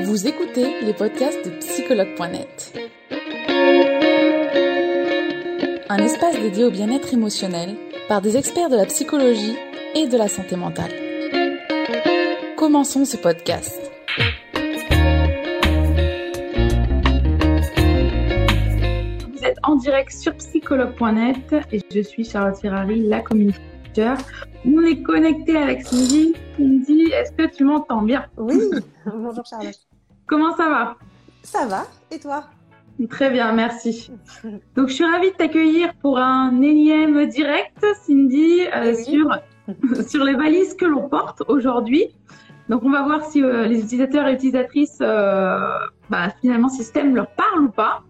Vous écoutez les podcasts de psychologue.net. Un espace dédié au bien-être émotionnel par des experts de la psychologie et de la santé mentale. Commençons ce podcast. Vous êtes en direct sur psychologue.net et je suis Charlotte Ferrari, la communicateur. On est connecté avec Cindy. Cindy, est-ce que tu m'entends bien? Oui, bonjour Charlotte. Comment ça va? Ça va, et toi? Très bien, merci. Donc, je suis ravie de t'accueillir pour un énième direct, Cindy, sur les valises que l'on porte aujourd'hui. Donc, on va voir si les utilisateurs et utilisatrices, finalement, si ce thème leur parle ou pas.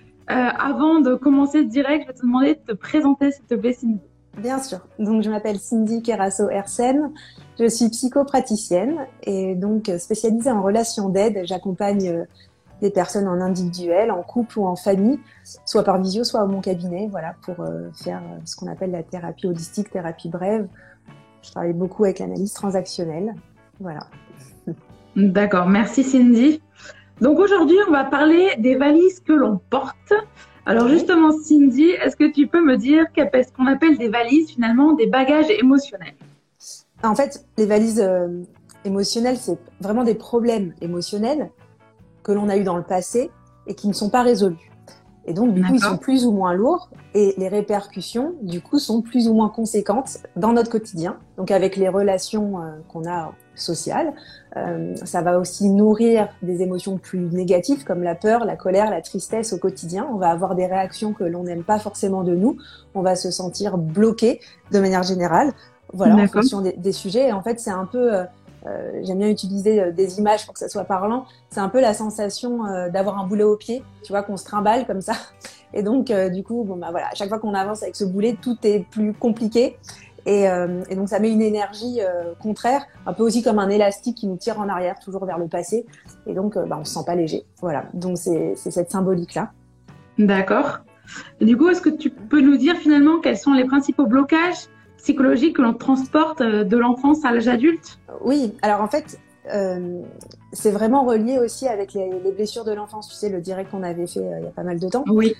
Avant de commencer le direct, je vais te demander de te présenter, s'il te plaît, Cindy. Bien sûr. Donc, je m'appelle Cindy Kerasso-Hersen. Je suis psychopraticienne et donc spécialisée en relations d'aide. J'accompagne des personnes en individuel, en couple ou en famille, soit par visio, soit à mon cabinet, voilà, pour faire ce qu'on appelle la thérapie holistique, thérapie brève. Je travaille beaucoup avec l'analyse transactionnelle. Voilà. D'accord, merci Cindy. Donc aujourd'hui, on va parler des valises que l'on porte. Alors justement, Cindy, est-ce que tu peux me dire qu'est-ce qu'on appelle des valises, finalement, des bagages émotionnels? En fait, les valises émotionnelles, c'est vraiment des problèmes émotionnels que l'on a eu dans le passé et qui ne sont pas résolus. Et donc, du coup, ils sont plus ou moins lourds et les répercussions, du coup, sont plus ou moins conséquentes dans notre quotidien. Donc, avec les relations qu'on a sociales, ça va aussi nourrir des émotions plus négatives comme la peur, la colère, la tristesse au quotidien. On va avoir des réactions que l'on n'aime pas forcément de nous. On va se sentir bloqué de manière générale. Voilà, en fonction des sujets. Et en fait, c'est un peu... j'aime bien utiliser des images pour que ça soit parlant. C'est un peu la sensation d'avoir un boulet au pied, tu vois, qu'on se trimballe comme ça. Et donc, du coup, voilà, à chaque fois qu'on avance avec ce boulet, tout est plus compliqué. Et donc, ça met une énergie contraire, un peu aussi comme un élastique qui nous tire en arrière, toujours vers le passé. Et donc, on se sent pas léger. Voilà, donc c'est cette symbolique-là. D'accord. Et du coup, est-ce que tu peux nous dire finalement quels sont les principaux blocages psychologique que l'on transporte de l'enfance à l'âge adulte? Oui, alors en fait, c'est vraiment relié aussi avec les blessures de l'enfance. Tu sais, le direct qu'on avait fait il y a pas mal de temps. Oui.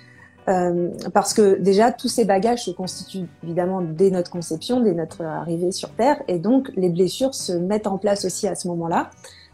Parce que déjà, tous ces bagages se constituent évidemment dès notre conception, dès notre arrivée sur Terre. Et donc, les blessures se mettent en place aussi à ce moment-là.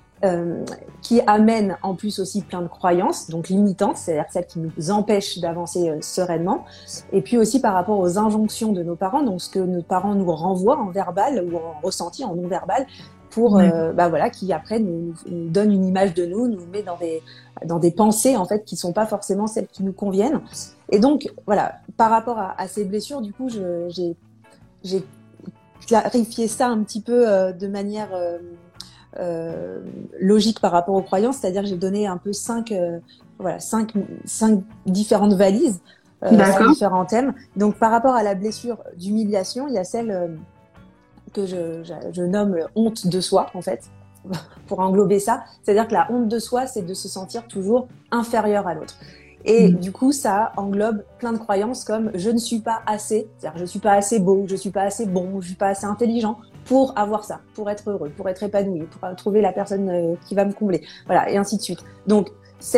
Qui amènent en plus aussi plein de croyances, donc limitantes, c'est-à-dire celles qui nous empêchent d'avancer sereinement, et puis aussi par rapport aux injonctions de nos parents, donc ce que nos parents nous renvoient en verbal ou en ressenti, en non-verbal, pour qui après nous donne une image de nous met dans des pensées en fait qui sont pas forcément celles qui nous conviennent. Et donc voilà, par rapport à ces blessures, du coup, j'ai clarifié ça un petit peu de manière logique par rapport aux croyances, c'est-à-dire j'ai donné un peu cinq différentes valises sur différents thèmes. Donc par rapport à la blessure d'humiliation, il y a celle que je nomme honte de soi en fait, pour englober ça. C'est-à-dire que la honte de soi, c'est de se sentir toujours inférieur à l'autre. Et du coup, ça englobe plein de croyances comme je ne suis pas assez, c'est-à-dire je suis pas assez beau, je suis pas assez bon, je suis pas assez intelligent pour avoir ça, pour être heureux, pour être épanoui, pour trouver la personne qui va me combler, voilà, et ainsi de suite. Donc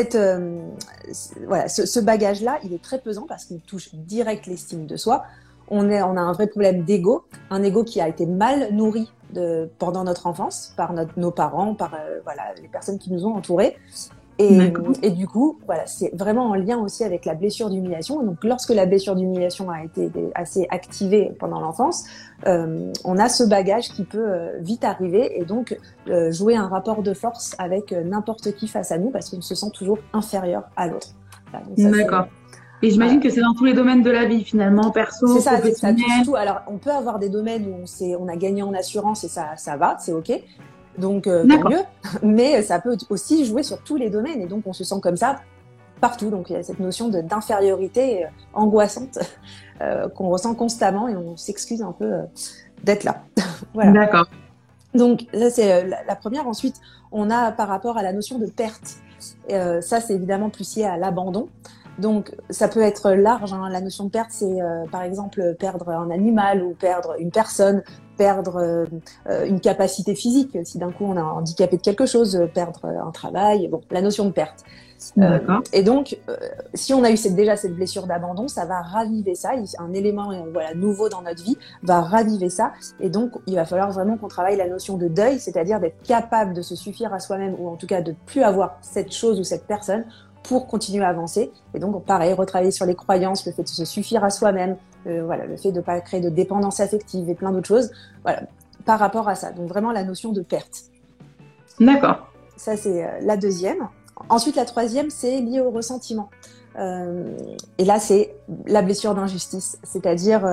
ce bagage-là, il est très pesant parce qu'il touche direct l'estime de soi. On a un vrai problème d'ego, un ego qui a été mal nourri pendant notre enfance par nos parents, par les personnes qui nous ont entourés. Et du coup, voilà, c'est vraiment en lien aussi avec la blessure d'humiliation. Donc, lorsque la blessure d'humiliation a été assez activée pendant l'enfance, on a ce bagage qui peut vite arriver et donc jouer un rapport de force avec n'importe qui face à nous parce qu'on se sent toujours inférieur à l'autre. Voilà, donc ça, d'accord. Et j'imagine que c'est dans tous les domaines de la vie finalement, perso, professionnel. Ça touche tout. Alors, on peut avoir des domaines où on a gagné en assurance et ça va, c'est OK. Donc, tant mieux. Mais ça peut aussi jouer sur tous les domaines. Et donc, on se sent comme ça partout. Donc, il y a cette notion d'infériorité angoissante qu'on ressent constamment et on s'excuse un peu d'être là. Voilà. D'accord. Donc, ça, c'est la première. Ensuite, on a par rapport à la notion de perte. Ça, c'est évidemment plus lié à l'abandon. Donc, ça peut être large, hein. La notion de perte, c'est par exemple perdre un animal ou perdre une personne, perdre une capacité physique, si d'un coup on a handicapé de quelque chose, perdre un travail, bon, la notion de perte. Et donc, si on a eu déjà cette blessure d'abandon, ça va raviver ça. Un élément voilà, nouveau dans notre vie va raviver ça. Et donc, il va falloir vraiment qu'on travaille la notion de deuil, c'est-à-dire d'être capable de se suffire à soi-même, ou en tout cas de ne plus avoir cette chose ou cette personne pour continuer à avancer. Et donc, pareil, retravailler sur les croyances, le fait de se suffire à soi-même, voilà, le fait de ne pas créer de dépendance affective et plein d'autres choses, voilà, par rapport à ça. Donc, vraiment la notion de perte. D'accord. Ça, c'est la deuxième. Ensuite, la troisième, c'est lié au ressentiment. Et là, c'est la blessure d'injustice, c'est-à-dire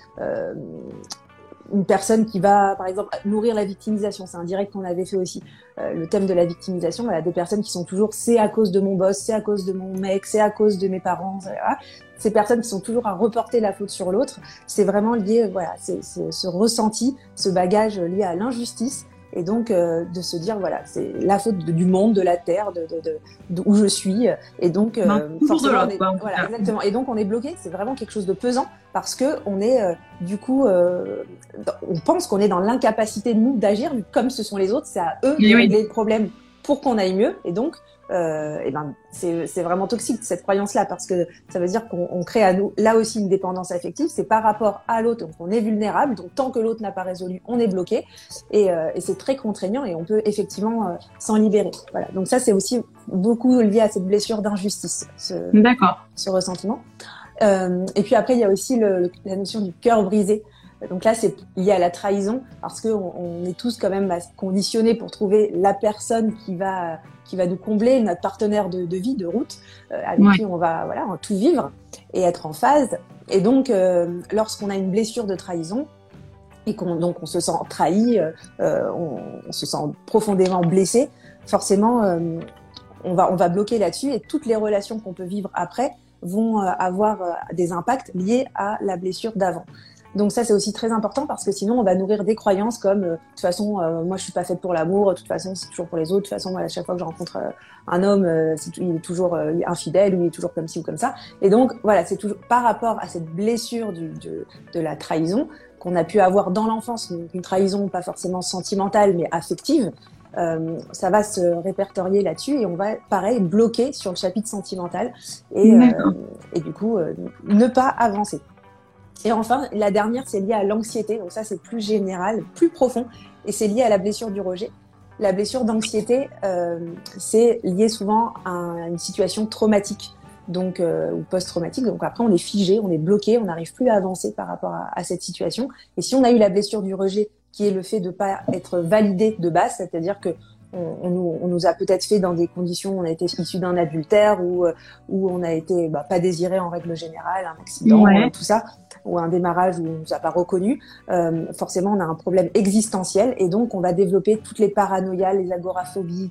une personne qui va, par exemple, nourrir la victimisation. C'est un direct qu'on avait fait aussi, le thème de la victimisation. Voilà, des personnes qui sont toujours « c'est à cause de mon boss, c'est à cause de mon mec, c'est à cause de mes parents ». Voilà. Ces personnes qui sont toujours à reporter la faute sur l'autre, c'est vraiment lié, voilà, c'est ce ressenti, ce bagage lié à l'injustice. Et donc, de se dire, voilà, c'est la faute du monde, de la terre, d'où je suis. Et donc, forcément, voilà, exactement. Et donc, on est bloqué. C'est vraiment quelque chose de pesant parce que on est, du coup, on pense qu'on est dans l'incapacité de nous d'agir, comme ce sont les autres. C'est à eux de régler le problème pour qu'on aille mieux. Et donc, c'est vraiment toxique cette croyance-là parce que ça veut dire qu'on crée à nous là aussi une dépendance affective. C'est par rapport à l'autre, donc on est vulnérable. Donc tant que l'autre n'a pas résolu, on est bloqué et c'est très contraignant et on peut effectivement s'en libérer. Voilà. Donc ça c'est aussi beaucoup lié à cette blessure d'injustice, ce ressentiment. Et puis après il y a aussi la notion du cœur brisé. Donc là, c'est lié à la trahison parce que on est tous quand même conditionnés pour trouver la personne qui va nous combler, notre partenaire de vie, de route, avec qui on va tout vivre et être en phase. Et donc, lorsqu'on a une blessure de trahison et on se sent trahi, on se sent profondément blessé, forcément, on va bloquer là-dessus et toutes les relations qu'on peut vivre après vont avoir des impacts liés à la blessure d'avant. Donc ça, c'est aussi très important parce que sinon, on va nourrir des croyances comme de toute façon, moi, je suis pas faite pour l'amour. De toute façon, c'est toujours pour les autres. De toute façon, à chaque fois que je rencontre un homme, il est toujours infidèle ou il est toujours comme ci ou comme ça. Et donc, voilà, c'est toujours par rapport à cette blessure de la trahison qu'on a pu avoir dans l'enfance, une trahison pas forcément sentimentale mais affective. Ça va se répertorier là-dessus et on va, pareil, bloquer sur le chapitre sentimental et du coup, ne pas avancer. Et enfin, la dernière, c'est lié à l'anxiété. Donc ça, c'est plus général, plus profond. Et c'est lié à la blessure du rejet. La blessure d'anxiété, c'est lié souvent à une situation traumatique, donc ou post-traumatique. Donc après, on est figé, on est bloqué, on n'arrive plus à avancer par rapport à cette situation. Et si on a eu la blessure du rejet, qui est le fait de ne pas être validé de base, c'est-à-dire que on nous a peut-être fait dans des conditions où on a été issu d'un adultère ou où on a été pas désiré en règle générale, un accident, tout ça, ou un démarrage où on nous a pas reconnu, forcément on a un problème existentiel et donc on va développer toutes les paranoïas, les agoraphobies,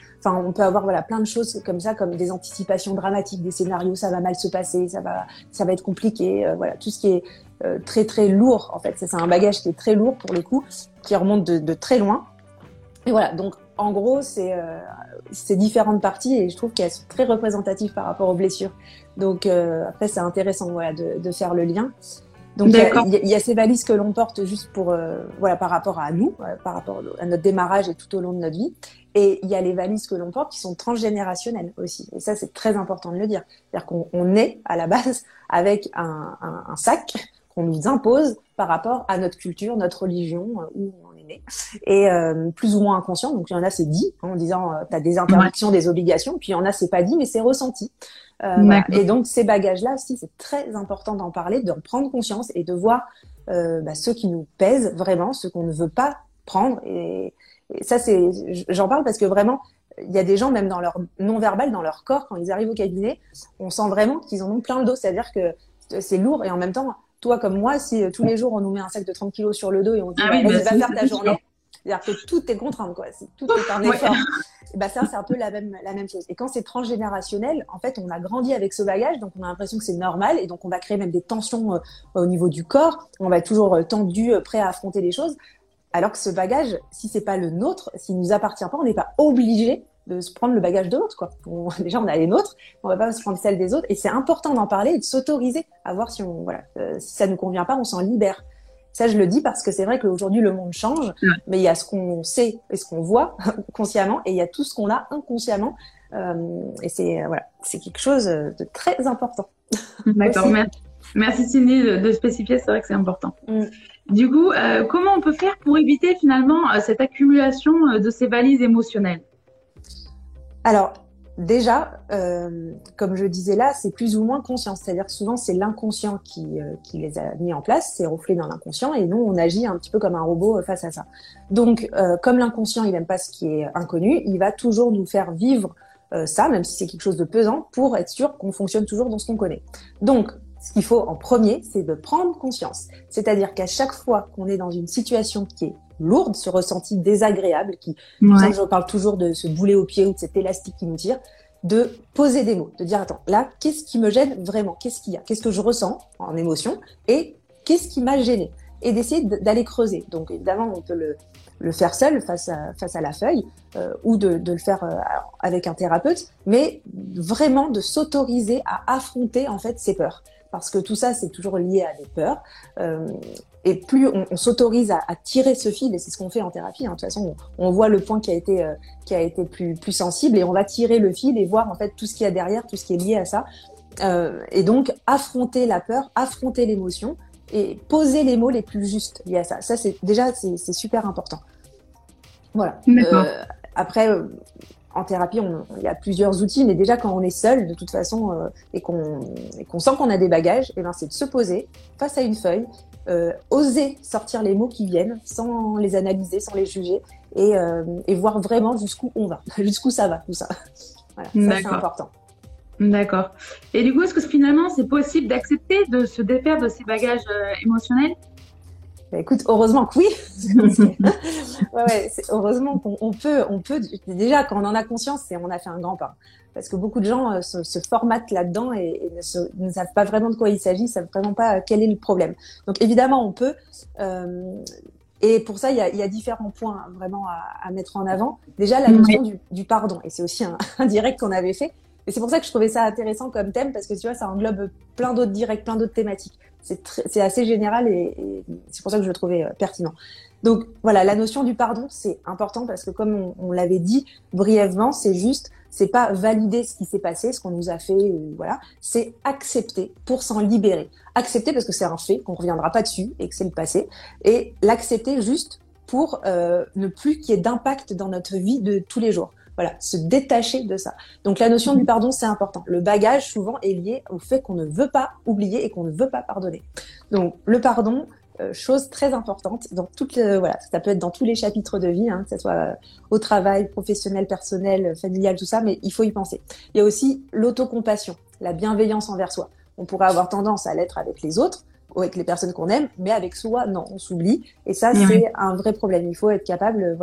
on peut avoir plein de choses comme ça, comme des anticipations dramatiques, des scénarios, ça va mal se passer, ça va être compliqué, tout ce qui est très très lourd en fait, c'est un bagage qui est très lourd pour le coup, qui remonte de très loin. Et voilà, donc en gros, c'est différentes parties et je trouve qu'elles sont très représentatives par rapport aux blessures. Donc après, c'est intéressant de faire le lien. Donc il y a ces valises que l'on porte juste pour par rapport à nous, par rapport à notre démarrage et tout au long de notre vie. Et il y a les valises que l'on porte qui sont transgénérationnelles aussi. Et ça, c'est très important de le dire. C'est-à-dire qu'on est à la base avec un sac qu'on nous impose par rapport à notre culture, notre religion, où on est né, et plus ou moins inconscient. Donc il y en a, c'est dit, en disant tu as des interdictions, des obligations, puis il y en a, c'est pas dit, mais c'est ressenti. Voilà. Et donc ces bagages-là aussi, c'est très important d'en parler, d'en prendre conscience et de voir ceux qui nous pèsent vraiment, ceux qu'on ne veut pas prendre. Et ça, j'en parle parce que vraiment, il y a des gens, même dans leur non-verbal, dans leur corps, quand ils arrivent au cabinet, on sent vraiment qu'ils en ont plein le dos. C'est-à-dire que c'est lourd et en même temps, toi comme moi, si tous les jours on nous met un sac de 30 kilos sur le dos et on dit vas-y, va faire ta journée, c'est-à-dire que tout est contrainte, quoi. Tout est un effort. Et ça, c'est un peu la même chose. Et quand c'est transgénérationnel, en fait, on a grandi avec ce bagage, donc on a l'impression que c'est normal, et donc on va créer même des tensions au niveau du corps. On va être toujours tendu, prêt à affronter les choses. Alors que ce bagage, si c'est pas le nôtre, s'il nous appartient pas, on n'est pas obligé de se prendre le bagage de l'autre, quoi. Déjà, on a les nôtres, on va pas se prendre celle des autres. Et c'est important d'en parler et de s'autoriser à voir si si ça nous convient pas, on s'en libère. Ça, je le dis parce que c'est vrai qu'aujourd'hui, le monde change, mais il y a ce qu'on sait et ce qu'on voit consciemment, et il y a tout ce qu'on a inconsciemment. Et c'est quelque chose de très important. D'accord, merci Cindy de spécifier, c'est vrai que c'est important. Du coup, comment on peut faire pour éviter finalement cette accumulation de ces valises émotionnelles? Alors, déjà, comme je disais là, c'est plus ou moins conscient. C'est-à-dire que souvent, c'est l'inconscient qui les a mis en place, c'est reflet dans l'inconscient, et nous, on agit un petit peu comme un robot face à ça. Donc, comme l'inconscient, il n'aime pas ce qui est inconnu, il va toujours nous faire vivre ça, même si c'est quelque chose de pesant, pour être sûr qu'on fonctionne toujours dans ce qu'on connaît. Donc, ce qu'il faut en premier, c'est de prendre conscience. C'est-à-dire qu'à chaque fois qu'on est dans une situation qui est lourde, ce ressenti désagréable, je parle toujours de ce boulet au pied ou de cet élastique qui nous tire, de poser des mots, de dire, attends, là, qu'est-ce qui me gêne vraiment? Qu'est-ce qu'il y a? Qu'est-ce que je ressens en émotion? Et qu'est-ce qui m'a gêné? Et d'essayer d'aller creuser. Donc, évidemment, on peut le faire seul face à la feuille, ou de le faire avec un thérapeute, mais vraiment de s'autoriser à affronter, en fait, ses peurs. Parce que tout ça, c'est toujours lié à des peurs. Et plus on s'autorise à tirer ce fil, et c'est ce qu'on fait en thérapie, hein. De toute façon, on voit le point qui a été plus sensible, et on va tirer le fil et voir en fait tout ce qu'il y a derrière, tout ce qui est lié à ça. Et donc, affronter la peur, affronter l'émotion, et poser les mots les plus justes liés à ça. Ça, c'est super important. Voilà. Après, en thérapie, il y a plusieurs outils, mais déjà quand on est seul, de toute façon, et qu'on sent qu'on a des bagages, et ben c'est de se poser face à une feuille, oser sortir les mots qui viennent, sans les analyser, sans les juger, et voir vraiment jusqu'où on va, jusqu'où ça va, tout ça. Voilà, ça c'est important. D'accord. Et du coup, est-ce que finalement c'est possible d'accepter de se défaire de ces bagages émotionnels? Bah, écoute, heureusement que oui. Heureusement qu'on peut. Déjà, quand on en a conscience, on a fait un grand pas. Parce que beaucoup de gens se formatent là-dedans et ne savent pas vraiment de quoi il s'agit, ne savent vraiment pas quel est le problème. Donc évidemment, on peut. Et pour ça, il y a différents points vraiment à mettre en avant. Déjà, la notion du pardon. Et c'est aussi un direct qu'on avait fait. Et c'est pour ça que je trouvais ça intéressant comme thème, parce que tu vois, ça englobe plein d'autres directs, plein d'autres thématiques. C'est assez général, et c'est pour ça que je le trouvais pertinent. Donc voilà, la notion du pardon, c'est important, parce que comme on l'avait dit brièvement, c'est pas valider ce qui s'est passé, ce qu'on nous a fait, ou voilà, c'est accepter pour s'en libérer. Accepter parce que c'est un fait, qu'on reviendra pas dessus et que c'est le passé, et l'accepter juste pour ne plus qu'il y ait d'impact dans notre vie de tous les jours. Voilà, se détacher de ça. Donc la notion du pardon, c'est important. Le bagage, souvent, est lié au fait qu'on ne veut pas oublier et qu'on ne veut pas pardonner. Donc le pardon, chose très importante, ça peut être dans tous les chapitres de vie, hein, que ce soit au travail, professionnel, personnel, familial, tout ça, mais il faut y penser. Il y a aussi l'autocompassion, la bienveillance envers soi. On pourrait avoir tendance à l'être avec les autres, ou avec les personnes qu'on aime, mais avec soi, non, on s'oublie. Et ça, c'est un vrai problème. Il faut être capable,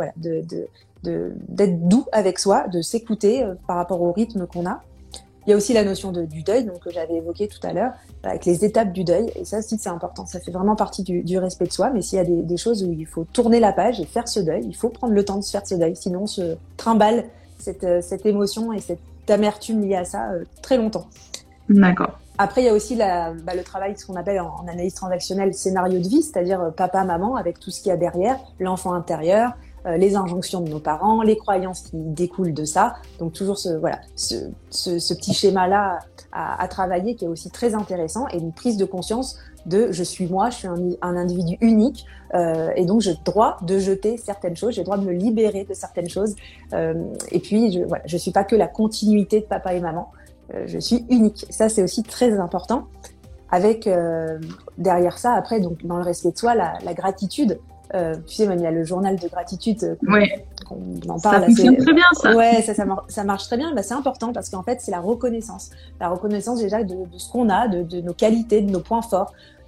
d'être doux avec soi, de s'écouter par rapport au rythme qu'on a. Il y a aussi la notion du deuil, donc que j'avais évoqué tout à l'heure, avec les étapes du deuil. Et ça aussi, c'est important. Ça fait vraiment partie du respect de soi. Mais s'il y a des choses où il faut tourner la page et faire ce deuil, il faut prendre le temps de se faire ce deuil. Sinon, on se trimballe cette émotion et cette amertume liée à ça très longtemps. D'accord. Après, il y a aussi le travail, ce qu'on appelle en analyse transactionnelle, scénario de vie, c'est-à-dire papa, maman, avec tout ce qu'il y a derrière, l'enfant intérieur, les injonctions de nos parents, les croyances qui découlent de ça. Donc toujours ce petit schéma-là à travailler, qui est aussi très intéressant, et une prise de conscience de je suis moi, je suis un individu unique, et donc j'ai le droit de jeter certaines choses, j'ai le droit de me libérer de certaines choses, et puis je suis pas que la continuité de papa et maman, je suis unique. Ça, c'est aussi très important. Avec derrière ça, après, donc dans le respect de soi, la gratitude. Tu sais, même il y a le journal de gratitude qu'on en parle. Ça fonctionne très bien, ça. Ouais, ça marche très bien. C'est important, parce qu'en fait, c'est la reconnaissance. La reconnaissance déjà de ce qu'on a, de nos qualités, de nos points forts.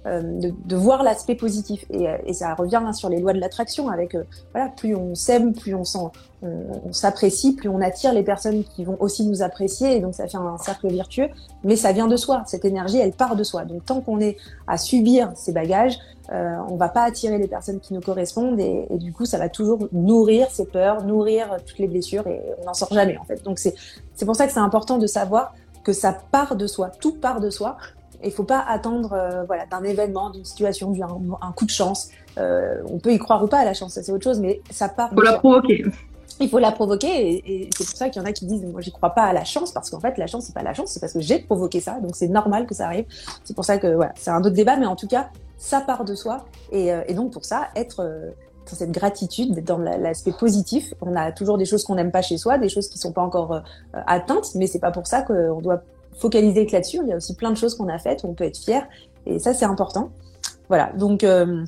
de voir l'aspect positif. Et ça revient là, sur les lois de l'attraction, avec voilà, plus on s'aime, plus on s'apprécie, plus on attire les personnes qui vont aussi nous apprécier, et donc ça fait un cercle vertueux, mais ça vient de soi, cette énergie, elle part de soi. Donc tant qu'on est à subir ces bagages, on va pas attirer les personnes qui nous correspondent, et du coup ça va toujours nourrir ces peurs, nourrir toutes les blessures, et on n'en sort jamais en fait. Donc c'est pour ça que c'est important de savoir que ça part de soi, tout part de soi. Il faut pas attendre voilà, d'un événement, d'une situation, un coup de chance. On peut y croire ou pas à la chance, ça c'est autre chose, mais ça part de soi. Il faut la provoquer. Il faut la provoquer, et c'est pour ça qu'il y en a qui disent moi j'y crois pas à la chance, parce qu'en fait la chance c'est pas la chance, c'est parce que j'ai provoqué ça, donc c'est normal que ça arrive. C'est pour ça que voilà, c'est un autre débat, mais en tout cas ça part de soi, et donc pour ça être dans cette gratitude, d'être dans l'aspect positif. On a toujours des choses qu'on n'aime pas chez soi, des choses qui sont pas encore atteintes, mais c'est pas pour ça qu'on doit focaliser que là-dessus. Il y a aussi plein de choses qu'on a faites où on peut être fier, et ça c'est important. Voilà, donc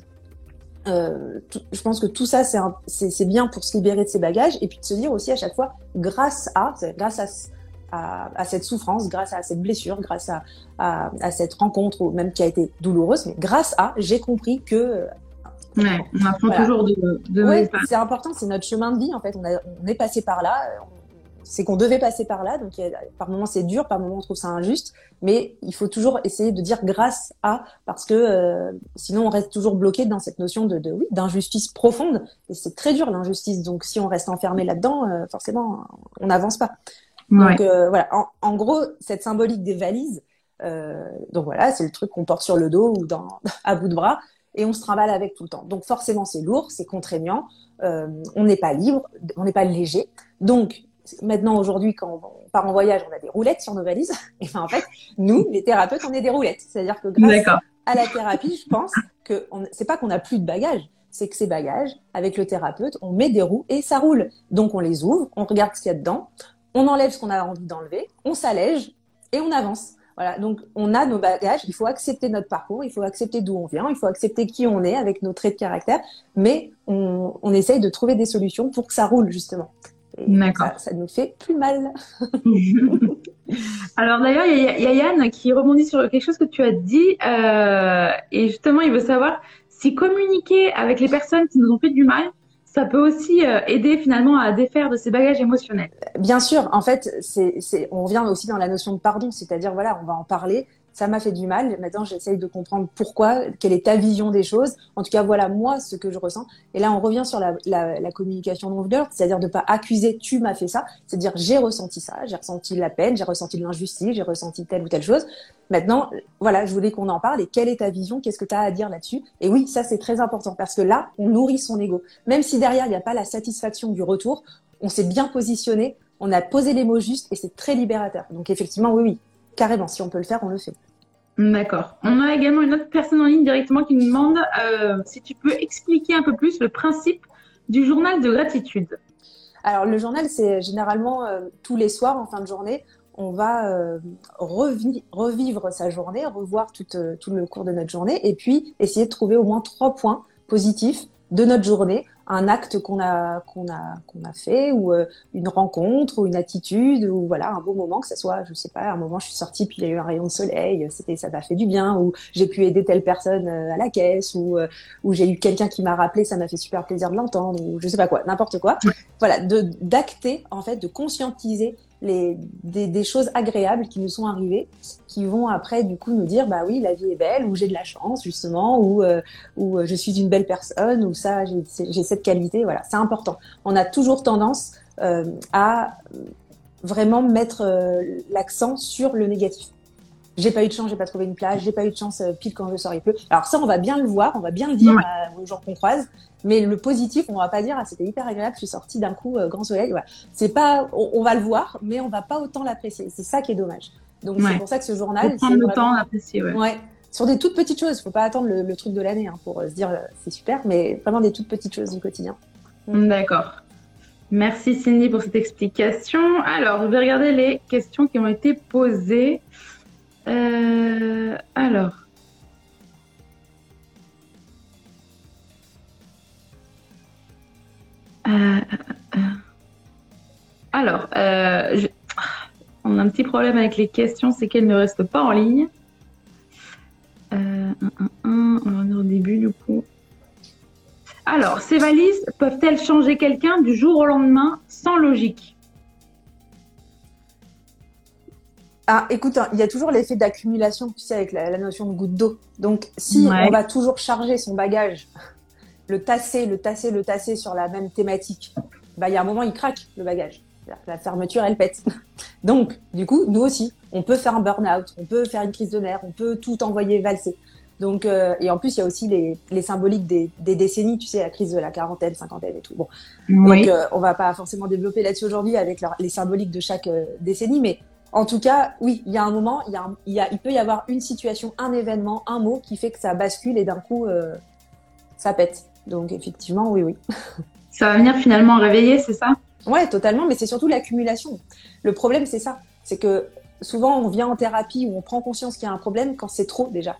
je pense que tout ça c'est bien pour se libérer de ses bagages, et puis de se dire aussi à chaque fois grâce à cette souffrance, grâce à cette blessure, grâce à cette rencontre, ou même qui a été douloureuse, mais grâce à j'ai compris que ouais, on apprend toujours de ouais, c'est important, c'est notre chemin de vie en fait. On est passé par là, c'est qu'on devait passer par là, donc par moments c'est dur, par moments on trouve ça injuste, mais il faut toujours essayer de dire grâce à, parce que sinon on reste toujours bloqué dans cette notion d'injustice profonde, et c'est très dur l'injustice, donc si on reste enfermé là-dedans, forcément on n'avance pas. Donc voilà, en gros cette symbolique des valises, donc voilà, c'est le truc qu'on porte sur le dos ou à bout de bras, et on se trimballe avec tout le temps. Donc forcément c'est lourd, c'est contraignant, on n'est pas libre, on n'est pas léger. Donc maintenant, aujourd'hui, quand on part en voyage, on a des roulettes sur nos valises. Et ben, en fait, nous, les thérapeutes, on est des roulettes. C'est-à-dire que grâce à la thérapie, je pense que c'est pas qu'on n'a plus de bagages, c'est que ces bagages, avec le thérapeute, on met des roues et ça roule. Donc on les ouvre, on regarde ce qu'il y a dedans, on enlève ce qu'on a envie d'enlever, on s'allège et on avance. Voilà, donc on a nos bagages, il faut accepter notre parcours, il faut accepter d'où on vient, il faut accepter qui on est avec nos traits de caractère, mais on essaye de trouver des solutions pour que ça roule, justement. D'accord. Ça nous fait plus mal. Alors d'ailleurs, il y a Yann qui rebondit sur quelque chose que tu as dit, et justement, il veut savoir si communiquer avec les personnes qui nous ont fait du mal, ça peut aussi aider finalement à défaire de ces bagages émotionnels. Bien sûr, en fait, on revient aussi dans la notion de pardon, c'est-à-dire voilà, on va en parler. Ça m'a fait du mal. Maintenant, j'essaye de comprendre pourquoi, quelle est ta vision des choses. En tout cas, voilà, moi, ce que je ressens. Et là, on revient sur la communication non violente, c'est-à-dire de pas accuser, tu m'as fait ça. C'est-à-dire, j'ai ressenti ça, j'ai ressenti la peine, j'ai ressenti de l'injustice, j'ai ressenti telle ou telle chose. Maintenant, voilà, je voulais qu'on en parle. Et quelle est ta vision? Qu'est-ce que tu as à dire là-dessus? Et oui, ça, c'est très important parce que là, on nourrit son ego. Même si derrière, il n'y a pas la satisfaction du retour, on s'est bien positionné, on a posé les mots justes et c'est très libérateur. Donc, effectivement, oui, carrément, si on peut le faire, on le fait. D'accord. On a également une autre personne en ligne directement qui nous demande si tu peux expliquer un peu plus le principe du journal de gratitude. Alors, le journal, c'est généralement tous les soirs, en fin de journée, on va revivre sa journée, revoir tout le cours de notre journée, et puis essayer de trouver au moins 3 points positifs de notre journée, un acte qu'on a fait, ou une rencontre, ou une attitude, ou voilà, un beau moment, que ça soit, je sais pas, un moment je suis sortie puis il y a eu un rayon de soleil, ça m'a fait du bien, ou j'ai pu aider telle personne à la caisse, ou j'ai eu quelqu'un qui m'a rappelé, ça m'a fait super plaisir de l'entendre, ou je sais pas quoi, n'importe quoi. Voilà, d'acter, en fait, de conscientiser des choses agréables qui nous sont arrivées, qui vont après du coup nous dire bah oui, la vie est belle, ou j'ai de la chance justement, ou je suis une belle personne, ou ça j'ai cette qualité. Voilà, c'est important. On a toujours tendance à vraiment mettre l'accent sur le négatif. J'ai pas eu de chance, j'ai pas trouvé une plage, j'ai pas eu de chance pile quand le soleil pleut. Alors ça, on va bien le voir, on va bien le dire aux gens qu'on croise, mais le positif, on va pas dire ah c'était hyper agréable, je suis sortie d'un coup grand soleil. Voilà. C'est pas, on va le voir, mais on va pas autant l'apprécier. C'est ça qui est dommage. Donc c'est pour ça que ce journal, faut prendre le temps d'apprécier. Ouais. Sur des toutes petites choses, faut pas attendre le truc de l'année pour se dire c'est super, mais vraiment des toutes petites choses du quotidien. D'accord. Merci Cindy pour cette explication. Alors, je vais regarder les questions qui ont été posées. Alors, on a un petit problème avec les questions, c'est qu'elles ne restent pas en ligne. Alors, ces valises peuvent-elles changer quelqu'un du jour au lendemain sans logique? Ah, écoute, il y a toujours l'effet d'accumulation, tu sais, avec la notion de goutte d'eau. Donc, si on va toujours charger son bagage, le tasser sur la même thématique, il y a un moment, il craque, le bagage. La fermeture, elle pète. Donc, du coup, nous aussi, on peut faire un burn-out, on peut faire une crise de nerfs, on peut tout envoyer valser. Donc, et en plus, il y a aussi les symboliques des décennies, tu sais, la crise de la quarantaine, cinquantaine et tout. Bon. Donc, on va pas forcément développer là-dessus aujourd'hui avec les symboliques de chaque décennie, mais en tout cas, oui, il y a un moment, il peut y avoir une situation, un événement, un mot qui fait que ça bascule et d'un coup, ça pète. Donc, effectivement, oui. Ça va venir finalement réveiller, c'est ça? Ouais, totalement, mais c'est surtout l'accumulation. Le problème, c'est ça. C'est que souvent, on vient en thérapie où on prend conscience qu'il y a un problème quand c'est trop déjà.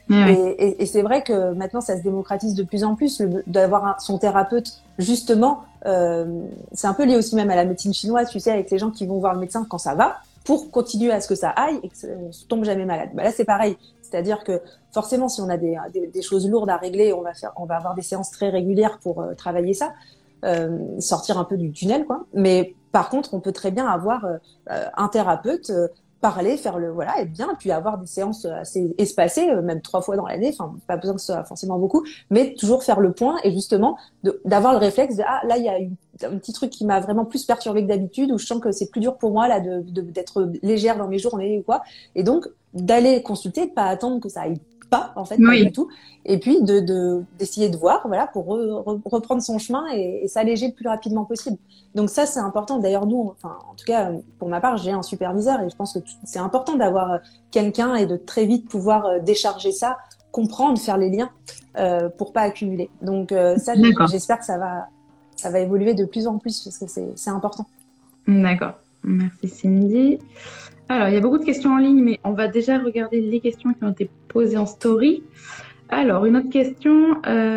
Et c'est vrai que maintenant, ça se démocratise de plus en plus d'avoir son thérapeute. Justement, c'est un peu lié aussi même à la médecine chinoise, tu sais, avec les gens qui vont voir le médecin quand ça va, pour continuer à ce que ça aille et qu'on ne tombe jamais malade. Là, c'est pareil. C'est-à-dire que forcément, si on a des choses lourdes à régler, on va avoir des séances très régulières pour travailler ça. Sortir un peu du tunnel, quoi. Mais par contre, on peut très bien avoir un thérapeute, parler, faire être bien, puis avoir des séances assez espacées, même 3 fois dans l'année. Enfin, pas besoin que ce soit forcément beaucoup, mais toujours faire le point et justement d'avoir le réflexe de là, il y a un petit truc qui m'a vraiment plus perturbé que d'habitude, où je sens que c'est plus dur pour moi là d'être légère dans mes journées ou quoi. Et donc d'aller consulter, de pas attendre que ça aille pas en fait, pas du tout, et puis d'essayer de voir pour reprendre son chemin et s'alléger le plus rapidement possible. Donc ça, c'est important. D'ailleurs, nous, en tout cas pour ma part, j'ai un superviseur et je pense que c'est important d'avoir quelqu'un et de très vite pouvoir décharger ça, comprendre, faire les liens pour pas accumuler. Donc ça, j'espère que ça va évoluer de plus en plus parce que c'est important. D'accord, merci Cindy. Alors, il y a beaucoup de questions en ligne, mais on va déjà regarder les questions qui ont été posées en story. Alors, une autre question.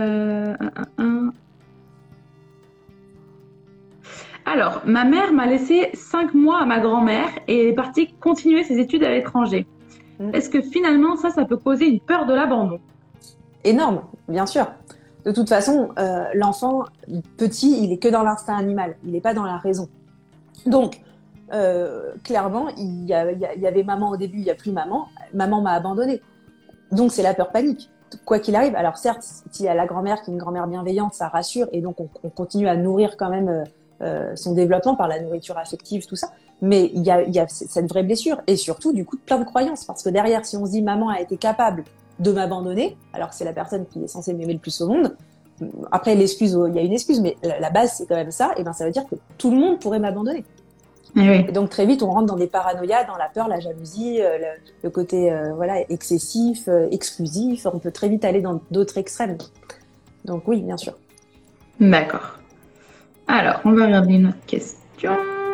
Alors, ma mère m'a laissé 5 mois à ma grand-mère et est partie continuer ses études à l'étranger. Est-ce que finalement, ça peut causer une peur de l'abandon? Énorme, bien sûr. De toute façon, l'enfant petit, il est que dans l'instinct animal, il n'est pas dans la raison. Donc, clairement, il y avait maman au début, il n'y a plus maman. Maman m'a abandonnée. Donc, c'est la peur panique. Quoi qu'il arrive, alors certes, s'il y a la grand-mère qui est une grand-mère bienveillante, ça rassure et donc on continue à nourrir quand même son développement par la nourriture affective, tout ça. Mais il y a cette vraie blessure et surtout, du coup, plein de croyances. Parce que derrière, si on se dit maman a été capable de m'abandonner, alors que c'est la personne qui est censée m'aimer le plus au monde, après l'excuse, il y a une excuse, mais la base, c'est quand même ça, et ben ça veut dire que tout le monde pourrait m'abandonner. Et donc très vite, on rentre dans des paranoïas, dans la peur, la jalousie, le côté excessif, exclusif. On peut très vite aller dans d'autres extrêmes. Donc oui, bien sûr. D'accord. Alors, on va regarder une autre question.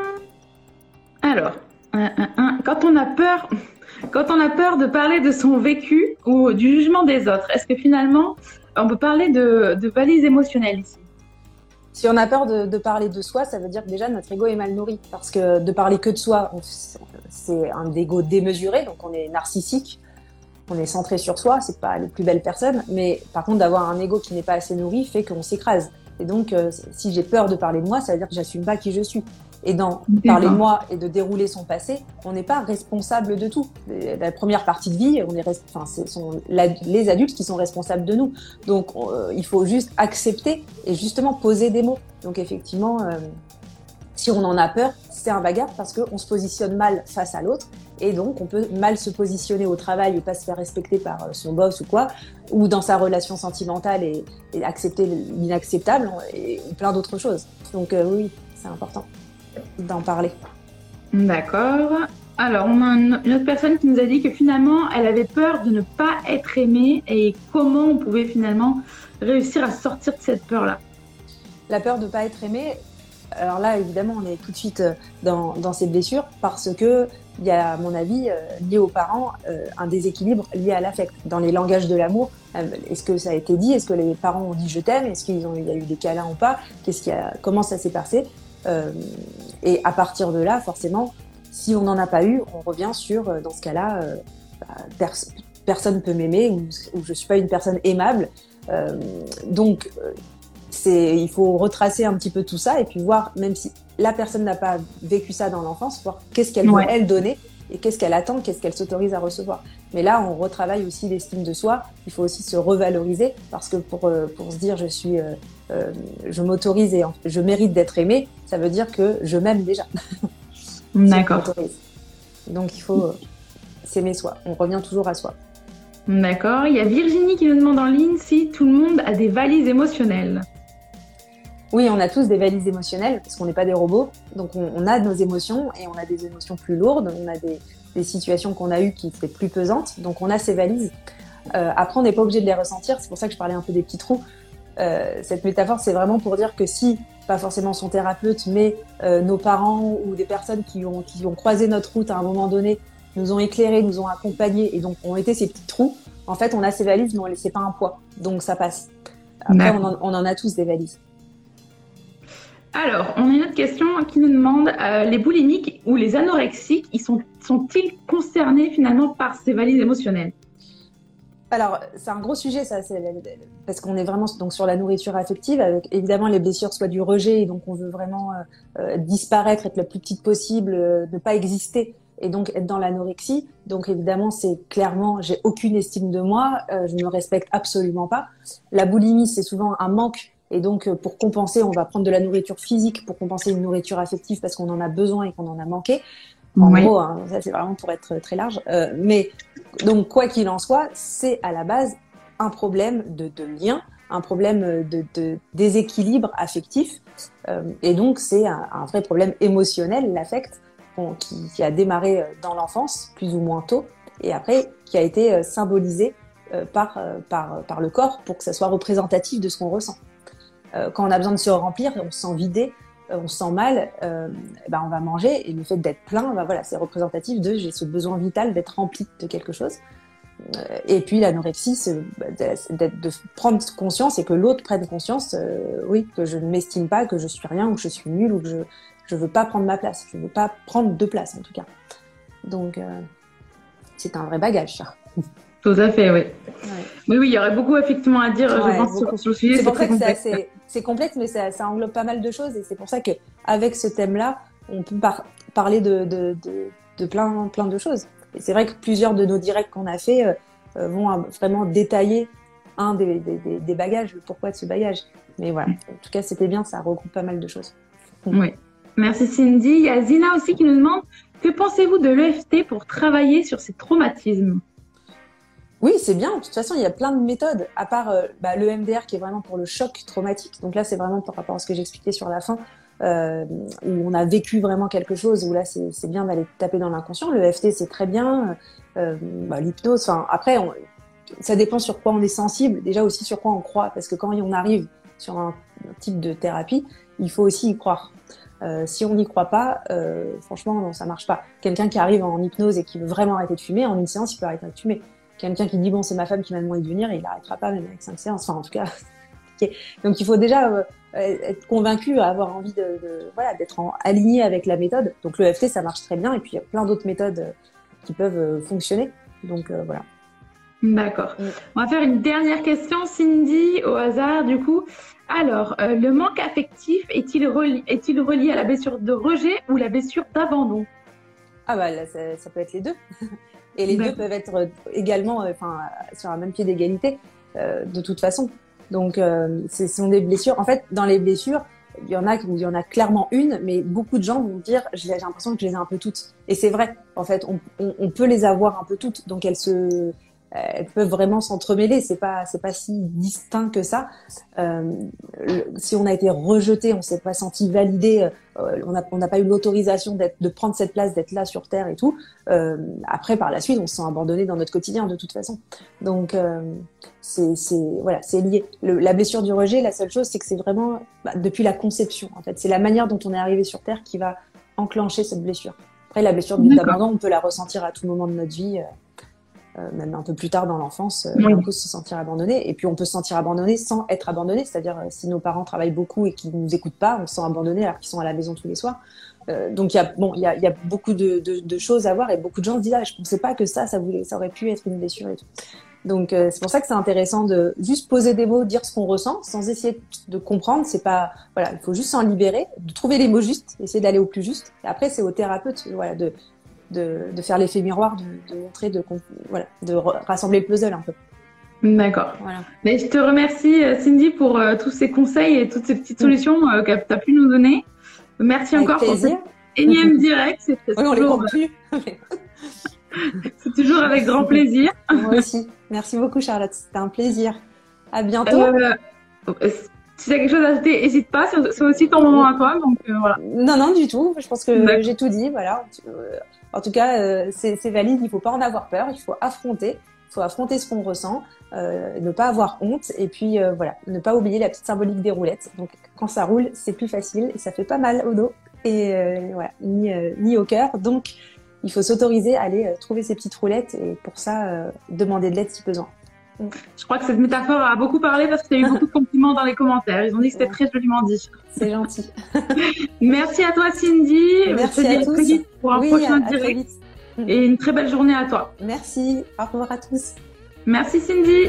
Alors, quand on a peur de parler de son vécu ou du jugement des autres, est-ce que finalement, on peut parler de valise émotionnelle ici? Si on a peur de parler de soi, ça veut dire que déjà notre ego est mal nourri. Parce que de parler que de soi, c'est un ego démesuré, donc on est narcissique, on est centré sur soi, c'est pas les plus belles personnes. Mais par contre, d'avoir un ego qui n'est pas assez nourri fait qu'on s'écrase. Et donc, si j'ai peur de parler de moi, ça veut dire que j'assume pas qui je suis. Et dans parler de moi et de dérouler son passé, on n'est pas responsable de tout. La première partie de vie, ce sont les adultes qui sont responsables de nous. Donc, il faut juste accepter et justement poser des mots. Donc, effectivement, si on en a peur, c'est un bagarre parce qu'on se positionne mal face à l'autre. Et donc, on peut mal se positionner au travail et pas se faire respecter par son boss ou quoi, ou dans sa relation sentimentale et accepter l'inacceptable et plein d'autres choses. Donc, oui, c'est important d'en parler. D'accord. Alors, on a une autre personne qui nous a dit que finalement, elle avait peur de ne pas être aimée et comment on pouvait finalement réussir à sortir de cette peur-là. La peur de ne pas être aimée, alors là, évidemment, on est tout de suite dans ces blessures parce que il y a, à mon avis, lié aux parents, un déséquilibre lié à l'affect. Dans les langages de l'amour, est-ce que ça a été dit? Est-ce que les parents ont dit « je t'aime » ? Est-ce qu'il y a eu des câlins ou pas? Comment ça s'est passé? Et à partir de là, forcément, si on n'en a pas eu, on revient sur, dans ce cas-là, personne ne peut m'aimer ou je ne suis pas une personne aimable. Donc, il faut retracer un petit peu tout ça et puis voir, même si la personne n'a pas vécu ça dans l'enfance, voir qu'est-ce qu'elle veut elle donner et qu'est-ce qu'elle attend, qu'est-ce qu'elle s'autorise à recevoir. Mais là, on retravaille aussi l'estime de soi. Il faut aussi se revaloriser parce que pour se dire je m'autorise et je mérite d'être aimée, ça veut dire que je m'aime déjà. D'accord. Donc il faut s'aimer soi. On revient toujours à soi. D'accord. Il y a Virginie qui nous demande en ligne si tout le monde a des valises émotionnelles. Oui, on a tous des valises émotionnelles parce qu'on n'est pas des robots. Donc on a nos émotions et on a des émotions plus lourdes. On a des situations qu'on a eues qui étaient plus pesantes. Donc on a ces valises. Après, on n'est pas obligé de les ressentir. C'est pour ça que je parlais un peu des petits trous. Cette métaphore, c'est vraiment pour dire que si, pas forcément son thérapeute, mais nos parents ou des personnes qui ont croisé notre route à un moment donné, nous ont éclairés, nous ont accompagnés et donc ont été ces petits trous, en fait, on a ces valises, mais c'est pas un poids. Donc ça passe. Après, on en a tous des valises. Alors, on a une autre question qui nous demande les boulimiques ou les anorexiques, sont-ils concernés finalement par ces valises émotionnelles? Alors, c'est un gros sujet, ça, parce qu'on est vraiment donc sur la nourriture affective, avec évidemment les blessures, soit du rejet, et donc on veut vraiment disparaître, être la plus petite possible, ne pas exister, et donc être dans l'anorexie. Donc évidemment, c'est clairement, j'ai aucune estime de moi, je ne me respecte absolument pas. La boulimie, c'est souvent un manque. Et donc, pour compenser, on va prendre de la nourriture physique pour compenser une nourriture affective parce qu'on en a besoin et qu'on en a manqué. En gros, hein, ça c'est vraiment pour être très large. Mais donc, quoi qu'il en soit, c'est à la base un problème de lien, un problème de déséquilibre affectif. Et donc, c'est un vrai problème émotionnel, l'affect, qui a démarré dans l'enfance, plus ou moins tôt, et après, qui a été symbolisé par le corps pour que ça soit représentatif de ce qu'on ressent. Quand on a besoin de se remplir, on se sent vidé, on se sent mal, on va manger et le fait d'être plein, voilà, c'est représentatif de j'ai ce besoin vital d'être rempli de quelque chose. Et puis l'anorexie, c'est de prendre conscience et que l'autre prenne conscience, oui, que je ne m'estime pas, que je suis rien ou que je suis nulle ou que je veux pas prendre ma place, je veux pas prendre de place en tout cas. Donc c'est un vrai bagage ça. Tout à fait, oui. Ouais. Oui, il y aurait beaucoup effectivement à dire, je pense, sur le sujet. C'est pour ça que c'est complexe, mais ça englobe pas mal de choses. Et c'est pour ça qu'avec ce thème-là, on peut parler de plein de choses. Et c'est vrai que plusieurs de nos directs qu'on a fait vont vraiment détailler un des bagages, le pourquoi de ce bagage. Mais voilà, en tout cas, c'était bien, ça regroupe pas mal de choses. Oui. Merci Cindy. Il y a Zina aussi qui nous demande que pensez-vous de l'EFT pour travailler sur ces traumatismes? Oui, c'est bien. De toute façon, il y a plein de méthodes, à part le MDR qui est vraiment pour le choc traumatique. Donc là, c'est vraiment par rapport à ce que j'expliquais sur la fin, où on a vécu vraiment quelque chose, où là, c'est bien d'aller taper dans l'inconscient. Le EFT, c'est très bien. L'hypnose, après, ça dépend sur quoi on est sensible, déjà aussi sur quoi on croit. Parce que quand on arrive sur un type de thérapie, il faut aussi y croire. Si on n'y croit pas, franchement, non, ça marche pas. Quelqu'un qui arrive en hypnose et qui veut vraiment arrêter de fumer, en une séance, il peut arrêter de fumer. Quelqu'un qui dit bon c'est ma femme qui m'a demandé de venir et il n'arrêtera pas même avec 5 séances, enfin en tout cas okay. Donc il faut déjà être convaincu, avoir envie d'être aligné avec la méthode. Donc le EFT ça marche très bien et puis il y a plein d'autres méthodes qui peuvent fonctionner, donc voilà. D'accord. On va faire une dernière question, Cindy, au hasard du coup. Alors, le manque affectif est-il relié à la blessure de rejet ou la blessure d'abandon? Ah bah là, ça peut être les deux. Et les deux peuvent être également sur un même pied d'égalité, de toute façon. Donc, ce sont des blessures. En fait, dans les blessures, il y en a clairement une, mais beaucoup de gens vont dire j'ai l'impression que je les ai un peu toutes. Et c'est vrai, en fait, on peut les avoir un peu toutes. Donc, elles peuvent vraiment s'entremêler. C'est pas si distinct que ça. Si on a été rejeté, on s'est pas senti validé, on n'a pas eu l'autorisation de prendre cette place, d'être là sur Terre et tout. Après, par la suite, on se sent abandonné dans notre quotidien de toute façon. Donc, c'est lié. La blessure du rejet, la seule chose, c'est que c'est vraiment depuis la conception. En fait, c'est la manière dont on est arrivé sur Terre qui va enclencher cette blessure. Après, la blessure d'abandon, on peut la ressentir à tout moment de notre vie. Même un peu plus tard dans l'enfance, on peut se sentir abandonné. Et puis on peut se sentir abandonné sans être abandonné, c'est-à-dire si nos parents travaillent beaucoup et qu'ils ne nous écoutent pas, on se sent abandonné alors qu'ils sont à la maison tous les soirs. Donc il y a beaucoup de choses à voir et beaucoup de gens se disent je pensais pas que ça aurait pu être une blessure et tout. Donc c'est pour ça que c'est intéressant de juste poser des mots, dire ce qu'on ressent, sans essayer de comprendre. C'est pas, voilà, il faut juste s'en libérer, de trouver les mots justes, essayer d'aller au plus juste. Et après, c'est au thérapeute, voilà, de faire l'effet miroir, de montrer, de rassembler le puzzle un peu. D'accord. Voilà. Mais je te remercie Cindy pour tous ces conseils et toutes ces petites solutions que tu as pu nous donner. Merci avec encore plaisir. pour ce énième direct. Oui, on les compte plus. C'est toujours avec grand plaisir. Moi aussi. Merci beaucoup Charlotte, c'était un plaisir. À bientôt. Si tu as quelque chose à ajouter, n'hésite pas, c'est aussi ton moment à toi. Donc, voilà. Non, du tout. Je pense que j'ai tout dit. Voilà. En tout cas, c'est valide, il ne faut pas en avoir peur, il faut affronter. Il faut affronter ce qu'on ressent, ne pas avoir honte et puis voilà, ne pas oublier la petite symbolique des roulettes. Donc quand ça roule, c'est plus facile et ça fait pas mal au dos et voilà, ni au cœur. Donc il faut s'autoriser à aller trouver ces petites roulettes et pour ça demander de l'aide si besoin. Je crois que cette métaphore a beaucoup parlé parce que tu as eu beaucoup de compliments dans les commentaires. Ils ont dit que c'était très joliment dit. C'est gentil. Merci à toi Cindy. Merci à tous. Très vite pour un prochain direct. Et une très belle journée à toi. Merci. Au revoir à tous. Merci Cindy.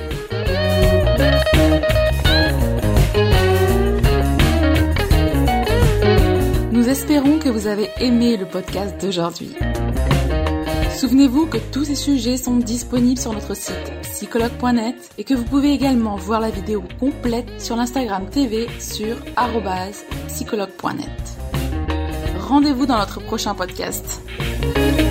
Nous espérons que vous avez aimé le podcast d'aujourd'hui. Souvenez-vous que tous ces sujets sont disponibles sur notre site psychologue.net et que vous pouvez également voir la vidéo complète sur l'Instagram TV sur @psychologue.net. Rendez-vous dans notre prochain podcast.